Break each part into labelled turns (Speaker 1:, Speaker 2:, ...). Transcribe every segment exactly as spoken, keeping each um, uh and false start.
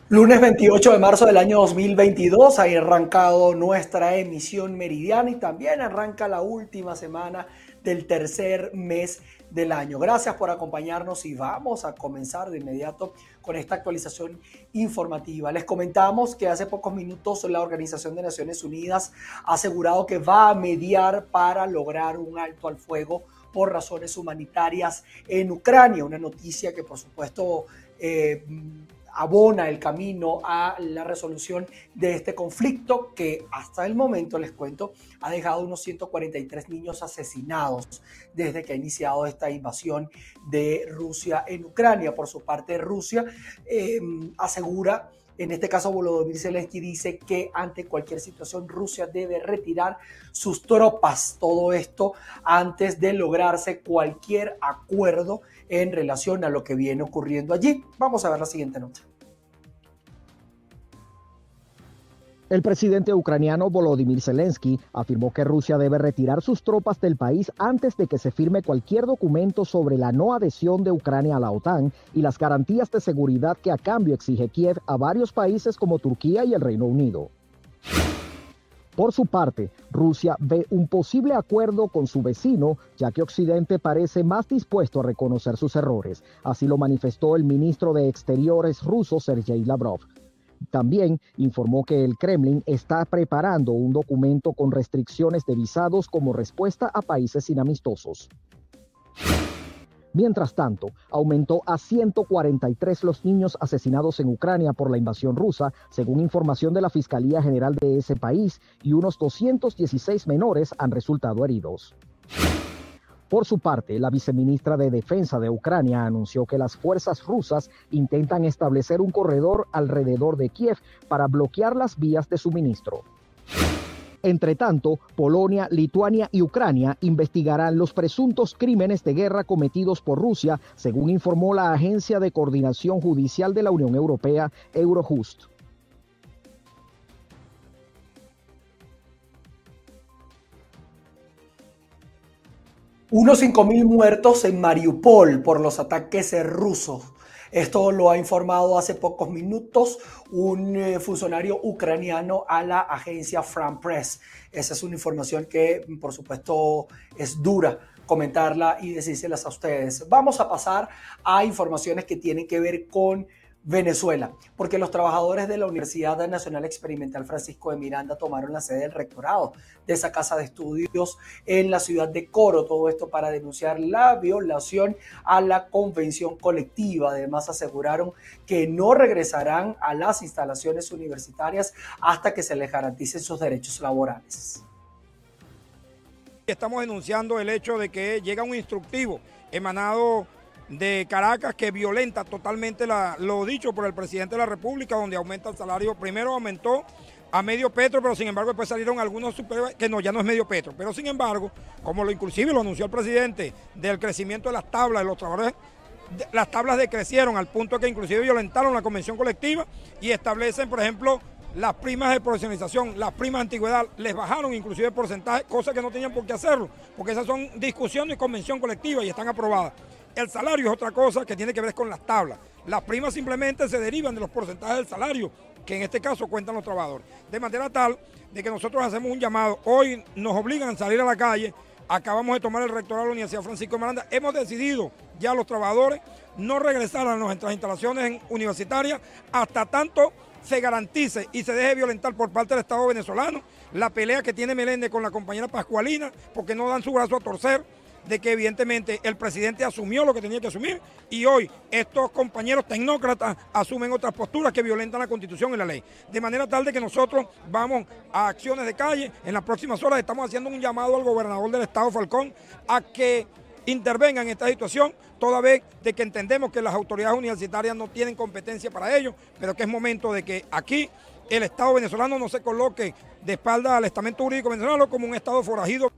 Speaker 1: Lunes veintiocho de marzo del año dos mil veintidós, ha arrancado nuestra emisión meridiana y también arranca la última semana del tercer mes del año. Gracias por acompañarnos y vamos a comenzar de inmediato con esta actualización informativa. Les comentamos que hace pocos minutos la Organización de Naciones Unidas ha asegurado que va a mediar para lograr un alto al fuego por razones humanitarias en Ucrania. Una noticia que por supuesto eh, abona el camino a la resolución de este conflicto que hasta el momento, les cuento, ha dejado unos ciento cuarenta y tres niños asesinados desde que ha iniciado esta invasión de Rusia en Ucrania. Por su parte, Rusia eh, asegura, en este caso Volodymyr Zelensky dice que ante cualquier situación Rusia debe retirar sus tropas. Todo esto antes de lograrse cualquier acuerdo en relación a lo que viene ocurriendo allí. Vamos a ver la siguiente nota.
Speaker 2: El presidente ucraniano Volodymyr Zelensky afirmó que Rusia debe retirar sus tropas del país antes de que se firme cualquier documento sobre la no adhesión de Ucrania a la OTAN y las garantías de seguridad que a cambio exige Kiev a varios países como Turquía y el Reino Unido. Por su parte, Rusia ve un posible acuerdo con su vecino, ya que Occidente parece más dispuesto a reconocer sus errores. Así lo manifestó el ministro de Exteriores ruso, Sergei Lavrov. También informó que el Kremlin está preparando un documento con restricciones de visados como respuesta a países inamistosos. Mientras tanto, aumentó a ciento cuarenta y tres los niños asesinados en Ucrania por la invasión rusa, según información de la Fiscalía General de ese país, y unos doscientos dieciséis menores han resultado heridos. Por su parte, la viceministra de Defensa de Ucrania anunció que las fuerzas rusas intentan establecer un corredor alrededor de Kiev para bloquear las vías de suministro. Entre tanto, Polonia, Lituania y Ucrania investigarán los presuntos crímenes de guerra cometidos por Rusia, según informó la Agencia de Coordinación Judicial de la Unión Europea, Eurojust.
Speaker 1: Unos cinco mil muertos en Mariupol por los ataques rusos. Esto lo ha informado hace pocos minutos un eh, funcionario ucraniano a la agencia France Press. Esa es una información que, por supuesto, es dura comentarla y decírselas a ustedes. Vamos a pasar a informaciones que tienen que ver con Venezuela, porque los trabajadores de la Universidad Nacional Experimental Francisco de Miranda tomaron la sede del rectorado de esa casa de estudios en la ciudad de Coro. Todo esto para denunciar la violación a la convención colectiva. Además, aseguraron que no regresarán a las instalaciones universitarias hasta que se les garanticen sus derechos laborales.
Speaker 3: Estamos denunciando el hecho de que llega un instructivo emanado de Caracas que violenta totalmente la, lo dicho por el presidente de la República, donde aumenta el salario. Primero aumentó a medio petro, pero sin embargo después salieron algunos superiores, que no, ya no es medio petro, pero sin embargo, como lo inclusive lo anunció el presidente, del crecimiento de las tablas de los trabajadores, las tablas decrecieron al punto que inclusive violentaron la convención colectiva y establecen, por ejemplo, las primas de profesionalización, las primas de antigüedad, les bajaron inclusive porcentaje, cosa que no tenían por qué hacerlo, porque esas son discusiones de convención colectiva y están aprobadas. El salario es otra cosa que tiene que ver con las tablas. Las primas simplemente se derivan de los porcentajes del salario, que en este caso cuentan los trabajadores. De manera tal de que nosotros hacemos un llamado, hoy nos obligan a salir a la calle, acabamos de tomar el rectorado de la Universidad Francisco de Miranda, hemos decidido ya los trabajadores no regresar a nuestras instalaciones universitarias hasta tanto se garantice y se deje violentar por parte del Estado venezolano la pelea que tiene Meléndez con la compañera Pascualina, porque no dan su brazo a torcer, de que evidentemente el presidente asumió lo que tenía que asumir y hoy estos compañeros tecnócratas asumen otras posturas que violentan la Constitución y la ley. De manera tal de que nosotros vamos a acciones de calle. En las próximas horas estamos haciendo un llamado al gobernador del estado, Falcón, a que intervenga en esta situación, toda vez de que entendemos que las autoridades universitarias no tienen competencia para ello, pero que es momento de que aquí el Estado venezolano no se coloque de espalda al estamento jurídico venezolano como un Estado forajido.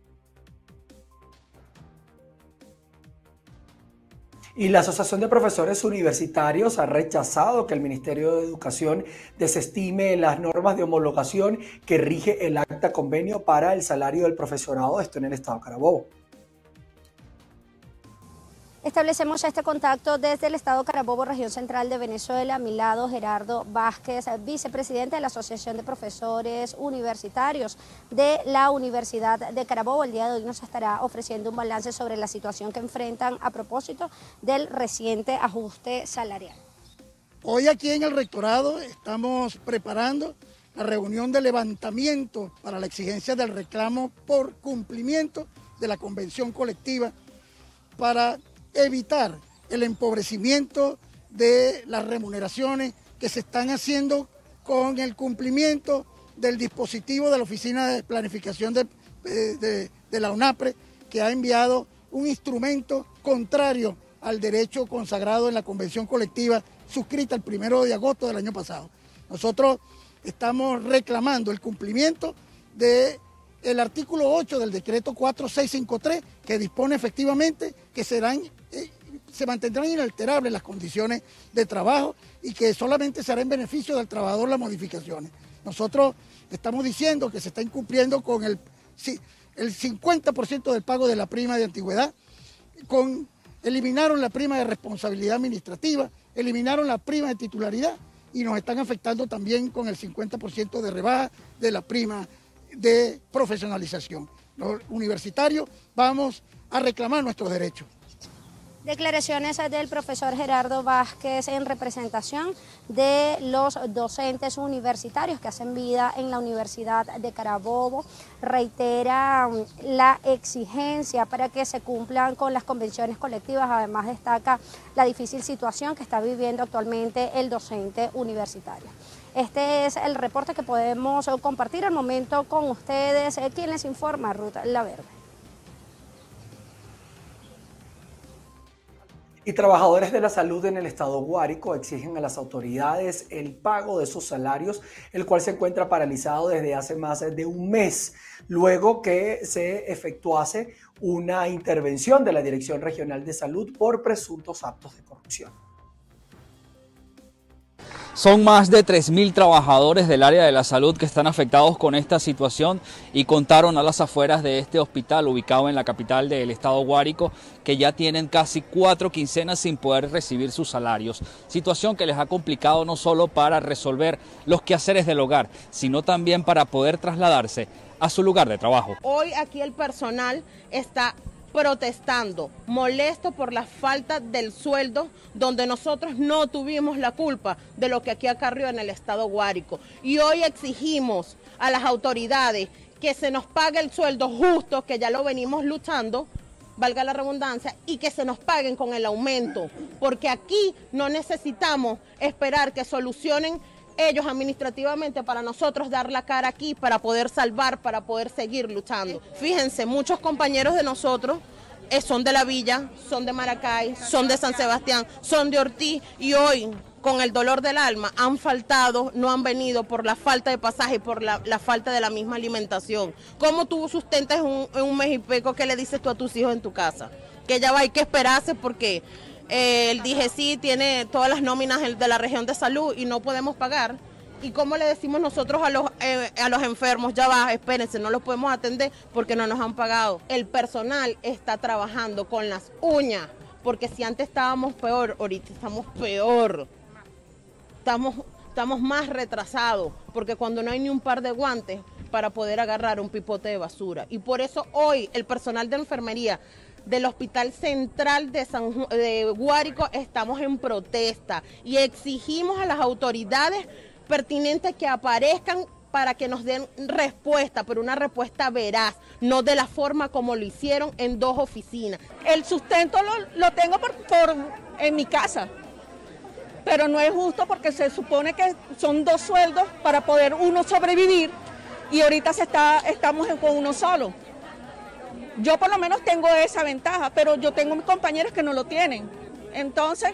Speaker 1: Y la Asociación de Profesores Universitarios ha rechazado que el Ministerio de Educación desestime las normas de homologación que rige el acta convenio para el salario del profesorado, esto en el estado Carabobo.
Speaker 4: Establecemos este contacto desde el estado Carabobo, región central de Venezuela. A mi lado, Gerardo Vázquez, vicepresidente de la Asociación de Profesores Universitarios de la Universidad de Carabobo. El día de hoy nos estará ofreciendo un balance sobre la situación que enfrentan a propósito del reciente ajuste salarial.
Speaker 5: Hoy aquí en el rectorado estamos preparando la reunión de levantamiento para la exigencia del reclamo por cumplimiento de la convención colectiva para evitar el empobrecimiento de las remuneraciones que se están haciendo con el cumplimiento del dispositivo de la Oficina de Planificación de, de, de la UNAPRE, que ha enviado un instrumento contrario al derecho consagrado en la convención colectiva suscrita el primero de agosto del año pasado. Nosotros estamos reclamando el cumplimiento del artículo ocho del decreto cuatro mil seiscientos cincuenta y tres, que dispone efectivamente que serán, eh, se mantendrán inalterables las condiciones de trabajo y que solamente será en beneficio del trabajador las modificaciones. Nosotros estamos diciendo que se está incumpliendo con el, el cincuenta por ciento del pago de la prima de antigüedad, con, eliminaron la prima de responsabilidad administrativa, eliminaron la prima de titularidad y nos están afectando también con el cincuenta por ciento de rebaja de la prima de profesionalización. Los universitarios vamos a reclamar nuestros derechos.
Speaker 4: Declaraciones del profesor Gerardo Vázquez en representación de los docentes universitarios que hacen vida en la Universidad de Carabobo. Reitera la exigencia para que se cumplan con las convenciones colectivas. Además destaca la difícil situación que está viviendo actualmente el docente universitario. Este es el reporte que podemos compartir al momento con ustedes. ¿Quién les informa? Ruth Laverde.
Speaker 1: Y trabajadores de la salud en el estado Guárico exigen a las autoridades el pago de sus salarios, el cual se encuentra paralizado desde hace más de un mes, luego que se efectuase una intervención de la Dirección Regional de Salud por presuntos actos de corrupción.
Speaker 6: Son más de tres mil trabajadores del área de la salud que están afectados con esta situación y contaron a las afueras de este hospital ubicado en la capital del estado Guárico que ya tienen casi cuatro quincenas sin poder recibir sus salarios. Situación que les ha complicado no solo para resolver los quehaceres del hogar, sino también para poder trasladarse a su lugar de trabajo.
Speaker 7: Hoy aquí el personal está protestando, molesto por la falta del sueldo, donde nosotros no tuvimos la culpa de lo que aquí acarrió en el estado Guárico. Y hoy exigimos a las autoridades que se nos pague el sueldo justo, que ya lo venimos luchando, valga la redundancia, y que se nos paguen con el aumento, porque aquí no necesitamos esperar que solucionen ellos administrativamente para nosotros dar la cara aquí, para poder salvar, para poder seguir luchando. Fíjense, muchos compañeros de nosotros eh, son de la Villa, son de Maracay, son de San Sebastián, son de Ortiz y hoy, con el dolor del alma, han faltado, no han venido por la falta de pasaje, por la, la falta de la misma alimentación. ¿Cómo tú sustentas un, un mes y pico? ¿Qué le dices tú a tus hijos en tu casa? Que ya va, hay que esperarse porque Eh, el D G C I tiene todas las nóminas de la región de salud y no podemos pagar. ¿Y cómo le decimos nosotros a los, eh, a los enfermos? Ya va, espérense, no los podemos atender porque no nos han pagado. El personal está trabajando con las uñas, porque si antes estábamos peor, ahorita estamos peor. Estamos, estamos más retrasados, porque cuando no hay ni un par de guantes para poder agarrar un pipote de basura. Y por eso hoy el personal de enfermería del Hospital Central de, San, de Guárico estamos en protesta y exigimos a las autoridades pertinentes que aparezcan para que nos den respuesta, pero una respuesta veraz, no de la forma como lo hicieron en dos oficinas.
Speaker 8: El sustento lo, lo tengo por, por, en mi casa, pero no es justo porque se supone que son dos sueldos para poder uno sobrevivir y ahorita se está, estamos con uno solo. Yo por lo menos tengo esa ventaja, pero yo tengo mis compañeros que no lo tienen. Entonces,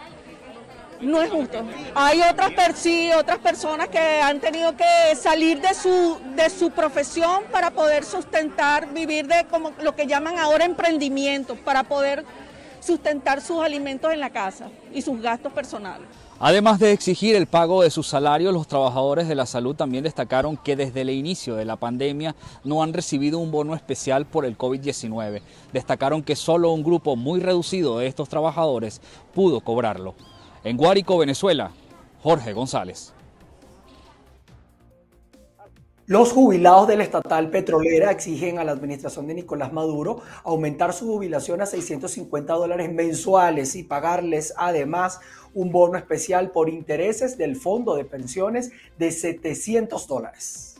Speaker 8: no es justo. Hay otras, sí, otras personas que han tenido que salir de su, de su profesión para poder sustentar, vivir de como lo que llaman ahora emprendimiento, para poder sustentar sus alimentos en la casa y sus gastos personales.
Speaker 6: Además de exigir el pago de sus salarios, los trabajadores de la salud también destacaron que desde el inicio de la pandemia no han recibido un bono especial por el COVID diecinueve. Destacaron que solo un grupo muy reducido de estos trabajadores pudo cobrarlo. En Guárico, Venezuela, Jorge González.
Speaker 1: Los jubilados de la estatal petrolera exigen a la administración de Nicolás Maduro aumentar su jubilación a seiscientos cincuenta dólares mensuales y pagarles además un bono especial por intereses del fondo de pensiones de setecientos dólares.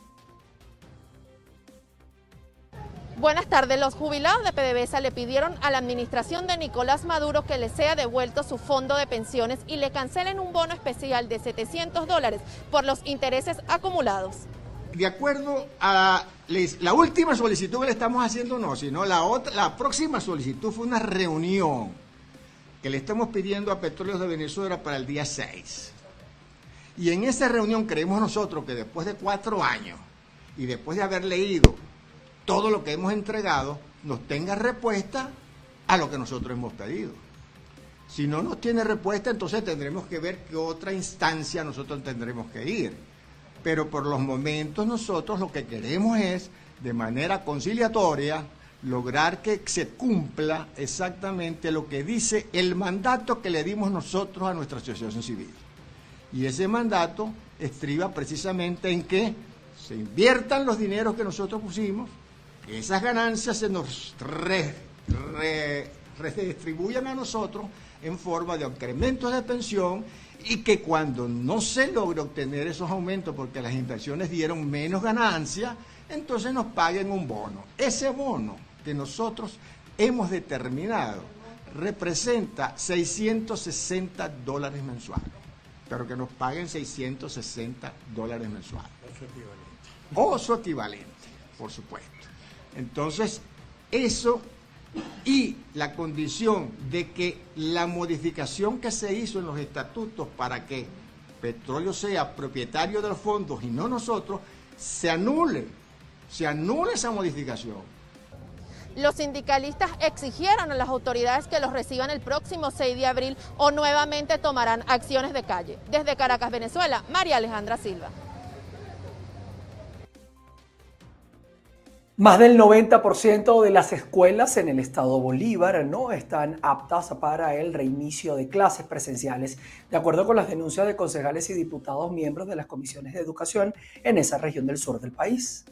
Speaker 9: Buenas tardes. Los jubilados de PDVSA le pidieron a la administración de Nicolás Maduro que le sea devuelto su fondo de pensiones y le cancelen un bono especial de setecientos dólares por los intereses acumulados.
Speaker 10: De acuerdo a la última solicitud que le estamos haciendo, no, sino la, otra, la próxima solicitud fue una reunión que le estamos pidiendo a Petróleos de Venezuela para el día seis. Y en esa reunión creemos nosotros que después de cuatro años y después de haber leído todo lo que hemos entregado, nos tenga respuesta a lo que nosotros hemos pedido. Si no nos tiene respuesta, entonces tendremos que ver qué otra instancia nosotros tendremos que ir. Pero por los momentos nosotros lo que queremos es, de manera conciliatoria, lograr que se cumpla exactamente lo que dice el mandato que le dimos nosotros a nuestra asociación civil. Y ese mandato estriba precisamente en que se inviertan los dineros que nosotros pusimos, que esas ganancias se nos re, re, redistribuyan a nosotros en forma de incrementos de pensión, y que cuando no se logre obtener esos aumentos porque las inversiones dieron menos ganancia, entonces nos paguen un bono. Ese bono que nosotros hemos determinado representa seiscientos sesenta dólares mensuales, pero que nos paguen seiscientos sesenta dólares mensuales. O su equivalente. O su equivalente, por supuesto. Entonces, eso y la condición de que la modificación que se hizo en los estatutos para que Petróleo sea propietario de los fondos y no nosotros, se anule, se anule esa modificación.
Speaker 9: Los sindicalistas exigieron a las autoridades que los reciban el próximo seis de abril o nuevamente tomarán acciones de calle. Desde Caracas, Venezuela, María Alejandra Silva.
Speaker 1: Más del noventa por ciento de las escuelas en el estado Bolívar no están aptas para el reinicio de clases presenciales, de acuerdo con las denuncias de concejales y diputados miembros de las comisiones de educación en esa región del sur del país.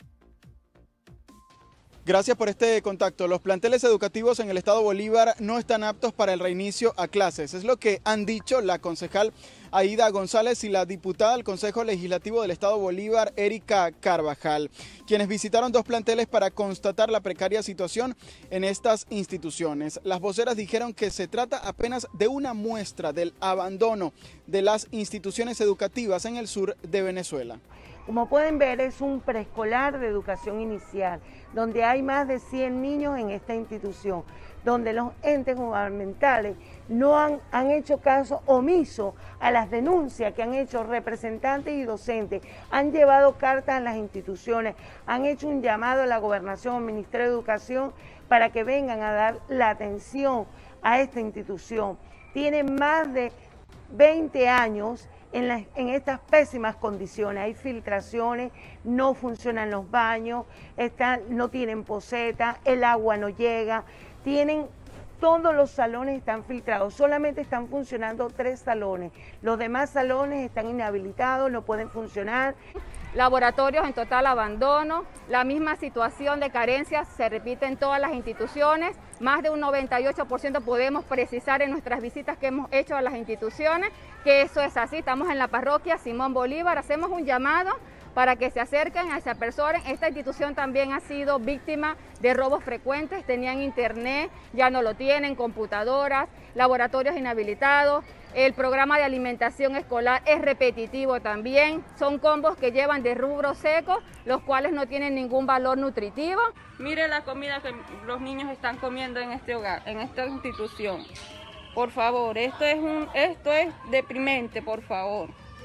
Speaker 11: Gracias por este contacto. Los planteles educativos en el estado Bolívar no están aptos para el reinicio a clases. Es lo que han dicho la concejal Aida González y la diputada del Consejo Legislativo del estado Bolívar, Erika Carvajal, quienes visitaron dos planteles para constatar la precaria situación en estas instituciones. Las voceras dijeron que se trata apenas de una muestra del abandono de las instituciones educativas en el sur de Venezuela.
Speaker 12: Como pueden ver, es un preescolar de educación inicial, donde hay más de cien niños en esta institución, donde los entes gubernamentales no han, han hecho caso omiso a las denuncias que han hecho representantes y docentes, han llevado cartas a las instituciones, han hecho un llamado a la gobernación, al Ministerio de Educación, para que vengan a dar la atención a esta institución. Tienen más de veinte años En, la, en estas pésimas condiciones. Hay filtraciones, no funcionan los baños, están, no tienen poseta, el agua no llega, tienen, todos los salones están filtrados, solamente están funcionando tres salones, los demás salones están inhabilitados, no pueden funcionar.
Speaker 13: Laboratorios en total abandono, la misma situación de carencias se repite en todas las instituciones, más de un noventa y ocho por ciento podemos precisar en nuestras visitas que hemos hecho a las instituciones, que eso es así. Estamos en la parroquia Simón Bolívar, hacemos un llamado para que se acerquen, se apersoren. Esta institución también ha sido víctima de robos frecuentes, tenían internet, ya no lo tienen, computadoras, laboratorios inhabilitados. El programa de alimentación escolar es repetitivo también, son combos que llevan de rubros secos, los cuales no tienen ningún valor nutritivo.
Speaker 14: Mire la comida que los niños están comiendo en este hogar, en esta institución. Por favor, esto es, un, esto es deprimente, por favor.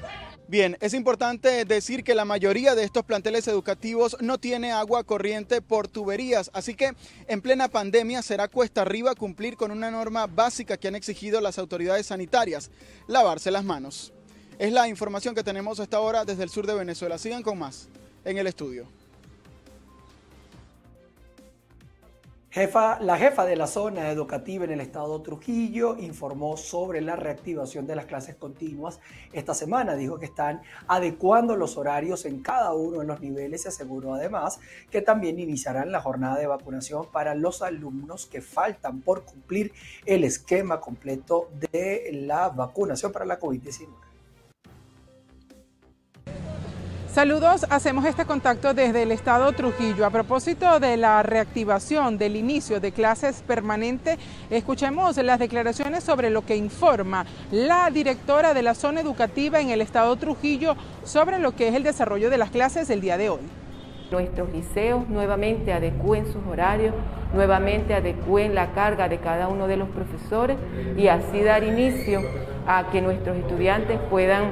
Speaker 11: Bien, es importante decir que la mayoría de estos planteles educativos no tiene agua corriente por tuberías, así que en plena pandemia será cuesta arriba cumplir con una norma básica que han exigido las autoridades sanitarias: lavarse las manos. Es la información que tenemos hasta ahora desde el sur de Venezuela. Sigan con más en el estudio.
Speaker 1: Jefa, la jefa de la zona educativa en el estado Trujillo informó sobre la reactivación de las clases continuas esta semana. Dijo que están adecuando los horarios en cada uno de los niveles y aseguró además que también iniciarán la jornada de vacunación para los alumnos que faltan por cumplir el esquema completo de la vacunación para la COVID diecinueve.
Speaker 15: Saludos, hacemos este contacto desde el estado Trujillo. A propósito de la reactivación del inicio de clases permanentes, escuchemos las declaraciones sobre lo que informa la directora de la zona educativa en el estado Trujillo sobre lo que es el desarrollo de las clases el día de hoy.
Speaker 16: Nuestros liceos nuevamente adecúen sus horarios, nuevamente adecúen la carga de cada uno de los profesores y así dar inicio a que nuestros estudiantes puedan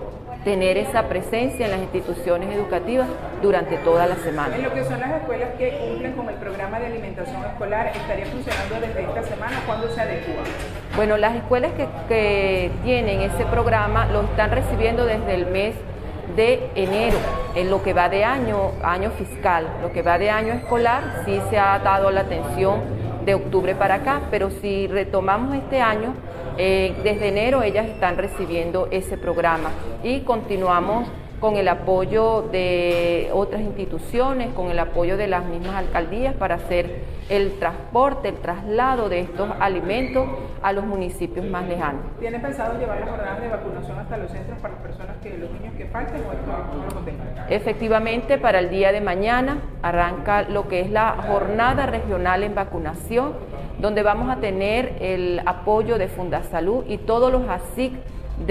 Speaker 16: tener esa presencia en las instituciones educativas durante toda la semana.
Speaker 15: En lo que son las escuelas que cumplen con el programa de alimentación escolar, ¿estaría funcionando desde esta semana? ¿Cuándo se adecúa?
Speaker 16: Bueno, las escuelas que, que tienen ese programa lo están recibiendo desde el mes de enero, en lo que va de año, año fiscal, lo que va de año escolar, sí se ha dado la atención de octubre para acá, pero si retomamos este año, Eh, desde enero ellas están recibiendo ese programa y continuamos con el apoyo de otras instituciones, con el apoyo de las mismas alcaldías para hacer el transporte, el traslado de estos alimentos a los municipios más lejanos.
Speaker 15: ¿Tiene pensado llevar las jornadas de vacunación hasta los centros para las personas, que los niños que falten, o esto no lo contempla?
Speaker 16: Efectivamente, para el día de mañana arranca lo que es la jornada regional en vacunación, donde vamos a tener el apoyo de Fundasalud y todos los A S I C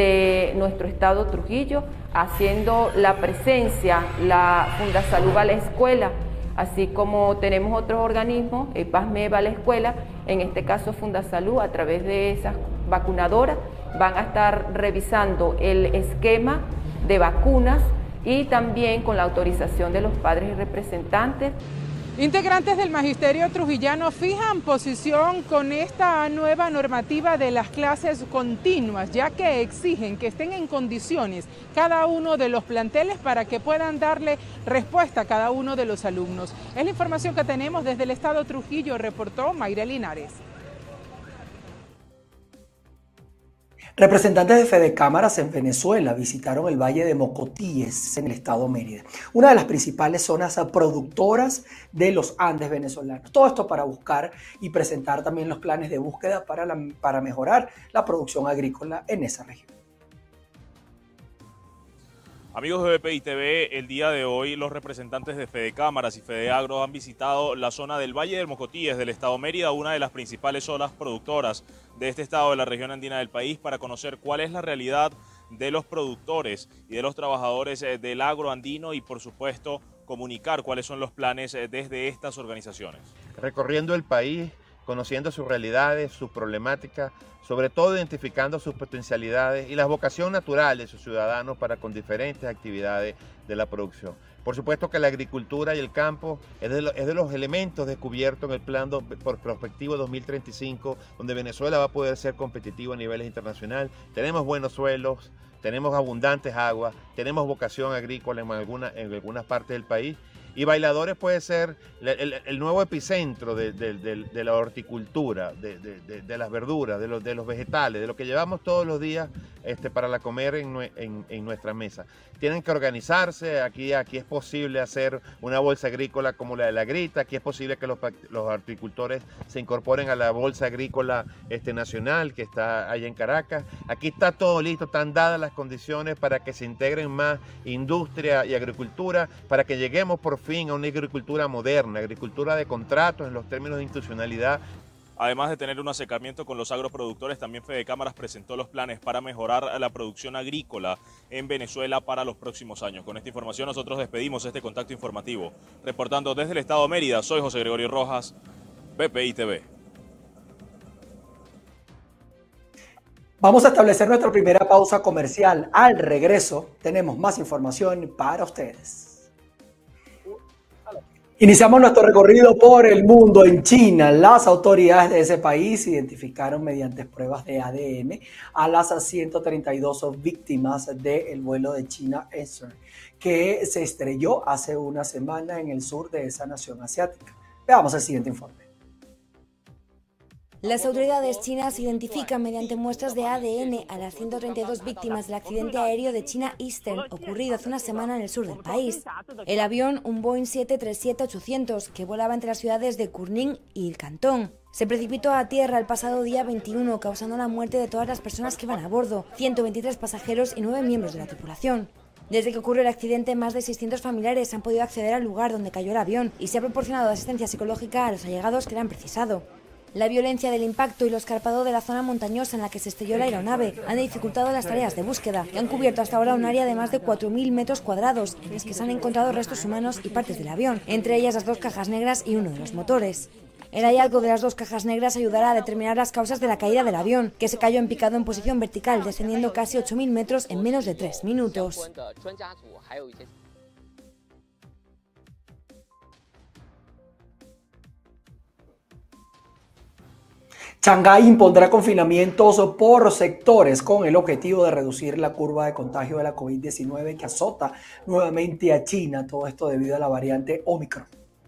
Speaker 16: de nuestro estado Trujillo, haciendo la presencia. La Fundasalud va a la escuela, así como tenemos otros organismos, el PASME va a la escuela, en este caso Fundasalud, a través de esas vacunadoras, van a estar revisando el esquema de vacunas y también con la autorización de los padres y representantes.
Speaker 15: Integrantes del magisterio trujillano fijan posición con esta nueva normativa de las clases continuas, ya que exigen que estén en condiciones cada uno de los planteles para que puedan darle respuesta a cada uno de los alumnos. Es la información que tenemos desde el estado Trujillo, reportó Mayra Linares.
Speaker 1: Representantes de Fedecámaras en Venezuela visitaron el Valle de Mocotíes en el estado Mérida, una de las principales zonas productoras de los Andes venezolanos. Todo esto para buscar y presentar también los planes de búsqueda para, la, para mejorar la producción agrícola en esa región.
Speaker 17: Amigos de B P I T V, el día de hoy los representantes de Fedecámaras y Fedeagro han visitado la zona del Valle de Mocotíes del estado Mérida, una de las principales zonas productoras de este estado de la región andina del país, para conocer cuál es la realidad de los productores y de los trabajadores del agro andino y, por supuesto, comunicar cuáles son los planes desde estas organizaciones.
Speaker 18: Recorriendo el país, conociendo sus realidades, sus problemáticas, sobre todo identificando sus potencialidades y la vocación natural de sus ciudadanos para con diferentes actividades de la producción. Por supuesto que la agricultura y el campo es de, lo, es de los elementos descubiertos en el plan do, por prospectivo dos mil treinta y cinco, donde Venezuela va a poder ser competitivo a niveles internacionales. Tenemos buenos suelos, tenemos abundantes aguas, tenemos vocación agrícola en, alguna, en algunas partes del país. Y Bailadores puede ser el, el, el nuevo epicentro de, de, de, de la horticultura, de, de, de las verduras, de los, de los vegetales, de lo que llevamos todos los días este, para la comer en, en, en nuestra mesa. Tienen que organizarse, aquí, aquí es posible hacer una bolsa agrícola como la de la Grita, aquí es posible que los, los horticultores se incorporen a la bolsa agrícola este, nacional que está allá en Caracas. Aquí está todo listo, están dadas las condiciones para que se integren más industria y agricultura, para que lleguemos por fin a una agricultura moderna, agricultura de contratos en los términos de institucionalidad.
Speaker 17: Además de tener un acercamiento con los agroproductores, también Fedecámaras presentó los planes para mejorar la producción agrícola en Venezuela para los próximos años. Con esta información nosotros despedimos este contacto informativo. Reportando desde el estado de Mérida, soy José Gregorio Rojas, B P I T V.
Speaker 1: Vamos a establecer nuestra primera pausa comercial. Al regreso tenemos más información para ustedes. Iniciamos nuestro recorrido por el mundo. En China, las autoridades de ese país identificaron mediante pruebas de A D N a las ciento treinta y dos víctimas del vuelo de China Eastern, que se estrelló hace una semana en el sur de esa nación asiática. Veamos el siguiente informe.
Speaker 19: Las autoridades chinas identifican mediante muestras de A D N a las ciento treinta y dos víctimas del accidente aéreo de China Eastern ocurrido hace una semana en el sur del país. El avión, un Boeing siete treinta y siete ochocientos, que volaba entre las ciudades de Kunming y el Cantón, se precipitó a tierra el pasado día veintiuno, causando la muerte de todas las personas que iban a bordo, ciento veintitrés pasajeros y nueve miembros de la tripulación. Desde que ocurrió el accidente, más de seiscientos familiares han podido acceder al lugar donde cayó el avión y se ha proporcionado asistencia psicológica a los allegados que la han precisado. La violencia del impacto y lo escarpado de la zona montañosa en la que se estrelló la aeronave han dificultado las tareas de búsqueda, que han cubierto hasta ahora un área de más de cuatro mil metros cuadrados, en las que se han encontrado restos humanos y partes del avión, entre ellas las dos cajas negras y uno de los motores. El hallazgo de las dos cajas negras ayudará a determinar las causas de la caída del avión, que se cayó en picado en posición vertical, descendiendo casi ocho mil metros en menos de tres minutos.
Speaker 1: Shanghái impondrá confinamientos por sectores con el objetivo de reducir la curva de contagio de la COVID diecinueve que azota nuevamente a China, todo esto debido a la variante Omicron.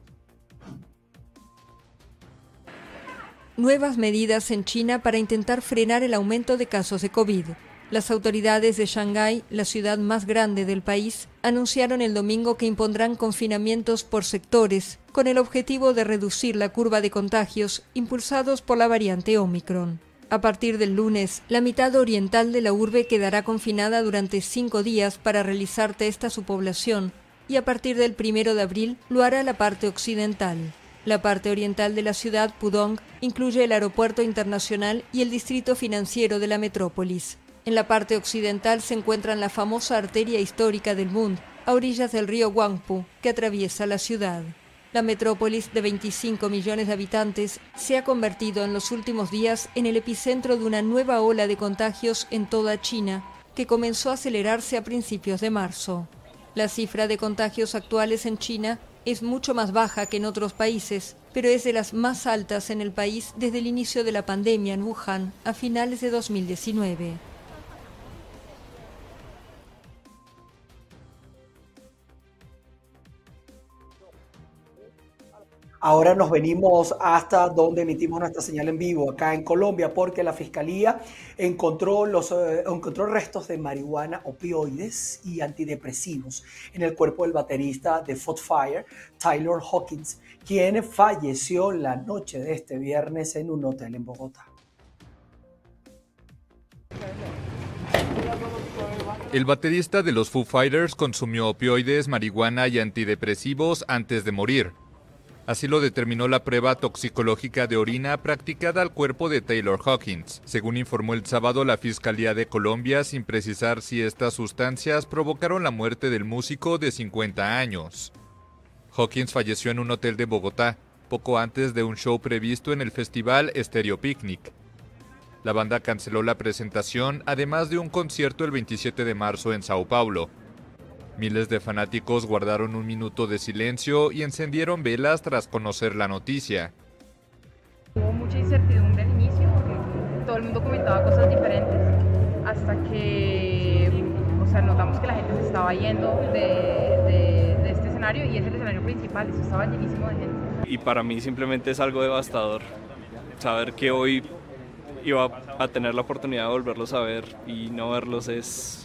Speaker 20: Nuevas medidas en China para intentar frenar el aumento de casos de COVID. Las autoridades de Shanghái, la ciudad más grande del país, anunciaron el domingo que impondrán confinamientos por sectores con el objetivo de reducir la curva de contagios impulsados por la variante Omicron. A partir del lunes, la mitad oriental de la urbe quedará confinada durante cinco días para realizar test a su población y a partir del primero de abril lo hará la parte occidental. La parte oriental de la ciudad, Pudong, incluye el aeropuerto internacional y el distrito financiero de la metrópolis. En la parte occidental se encuentra la famosa arteria histórica del Mund, a orillas del río Huangpu, que atraviesa la ciudad. La metrópolis de veinticinco millones de habitantes se ha convertido en los últimos días en el epicentro de una nueva ola de contagios en toda China, que comenzó a acelerarse a principios de marzo. La cifra de contagios actuales en China es mucho más baja que en otros países, pero es de las más altas en el país desde el inicio de la pandemia en Wuhan a finales de dos mil diecinueve.
Speaker 1: Ahora nos venimos hasta donde emitimos nuestra señal en vivo, acá en Colombia, porque la Fiscalía encontró, los, eh, encontró restos de marihuana, opioides y antidepresivos en el cuerpo del baterista de Foot Fire, Taylor Hawkins, quien falleció la noche de este viernes en un hotel en Bogotá.
Speaker 21: El baterista de los Foo Fighters consumió opioides, marihuana y antidepresivos antes de morir. Así lo determinó la prueba toxicológica de orina practicada al cuerpo de Taylor Hawkins, según informó el sábado la Fiscalía de Colombia, sin precisar si estas sustancias provocaron la muerte del músico de cincuenta años. Hawkins falleció en un hotel de Bogotá, poco antes de un show previsto en el festival Stereo Picnic. La banda canceló la presentación, además de un concierto el veintisiete de marzo en Sao Paulo. Miles de fanáticos guardaron un minuto de silencio y encendieron velas tras conocer la noticia.
Speaker 22: Hubo mucha incertidumbre al inicio, porque todo el mundo comentaba cosas diferentes, hasta que o sea, notamos que la gente se estaba yendo de, de, de este escenario, y es el escenario principal, eso estaba llenísimo de gente.
Speaker 23: Y para mí simplemente es algo devastador, saber que hoy iba a tener la oportunidad de volverlos a ver y no verlos es...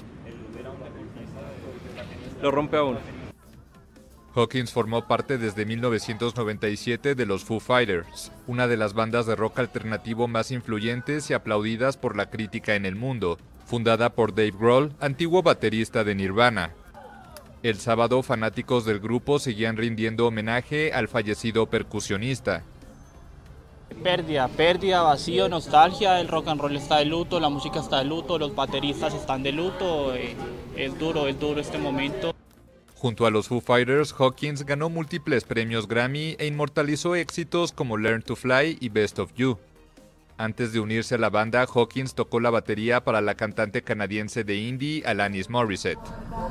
Speaker 23: lo rompe a uno.
Speaker 21: Hawkins formó parte desde mil novecientos noventa y siete de los Foo Fighters, una de las bandas de rock alternativo más influyentes y aplaudidas por la crítica en el mundo, fundada por Dave Grohl, antiguo baterista de Nirvana. El sábado, fanáticos del grupo seguían rindiendo homenaje al fallecido percusionista.
Speaker 24: Pérdida, pérdida, vacío, nostalgia, el rock and roll está de luto, la música está de luto, los bateristas están de luto, eh, es duro, es duro este momento.
Speaker 21: Junto a los Foo Fighters, Hawkins ganó múltiples premios Grammy e inmortalizó éxitos como Learn to Fly y Best of You. Antes de unirse a la banda, Hawkins tocó la batería para la cantante canadiense de indie Alanis Morissette.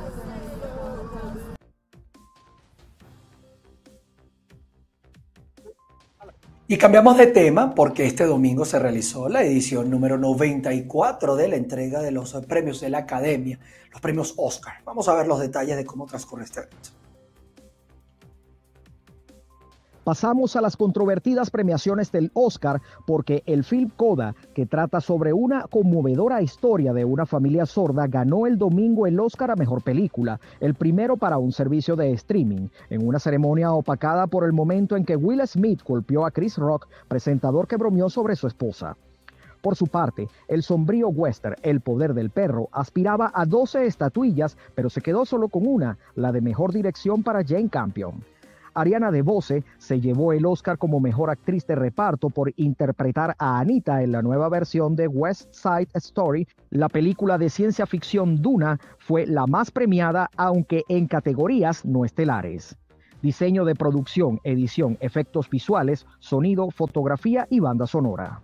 Speaker 1: Y cambiamos de tema porque este domingo se realizó la edición número noventa y cuatro de la entrega de los premios de la Academia, los premios Oscar. Vamos a ver los detalles de cómo transcurre este evento.
Speaker 2: Pasamos a las controvertidas premiaciones del Oscar porque el film Coda, que trata sobre una conmovedora historia de una familia sorda, ganó el domingo el Oscar a Mejor Película, el primero para un servicio de streaming, en una ceremonia opacada por el momento en que Will Smith golpeó a Chris Rock, presentador que bromeó sobre su esposa. Por su parte, el sombrío western El Poder del Perro aspiraba a doce estatuillas, pero se quedó solo con una, la de Mejor Dirección para Jane Campion. Ariana DeBose se llevó el Oscar como mejor actriz de reparto por interpretar a Anita en la nueva versión de West Side Story. La película de ciencia ficción Duna fue la más premiada, aunque en categorías no estelares. Diseño de producción, edición, efectos visuales, sonido, fotografía y banda sonora.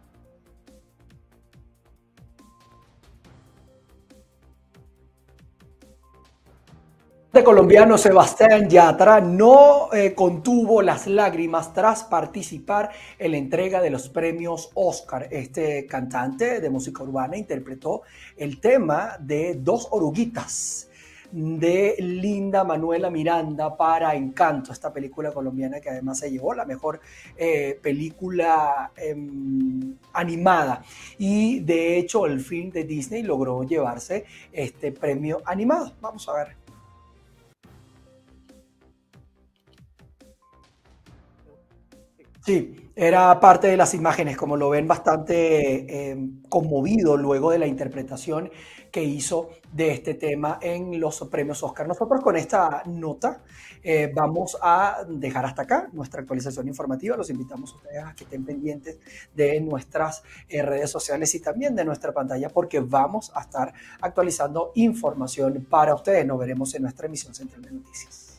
Speaker 1: El colombiano Sebastián Yatra no eh, contuvo las lágrimas tras participar en la entrega de los premios Oscar. Este cantante de música urbana interpretó el tema de Dos Oruguitas de Linda Manuela Miranda para Encanto, esta película colombiana que además se llevó la mejor eh, película eh, animada. Y de hecho el film de Disney logró llevarse este premio animado. Vamos a ver. Sí, era parte de las imágenes, como lo ven, bastante eh, conmovido luego de la interpretación que hizo de este tema en los premios Oscar. Nosotros con esta nota eh, vamos a dejar hasta acá nuestra actualización informativa. Los invitamos a ustedes a que estén pendientes de nuestras eh, redes sociales y también de nuestra pantalla porque vamos a estar actualizando información para ustedes. Nos veremos en nuestra emisión central de noticias.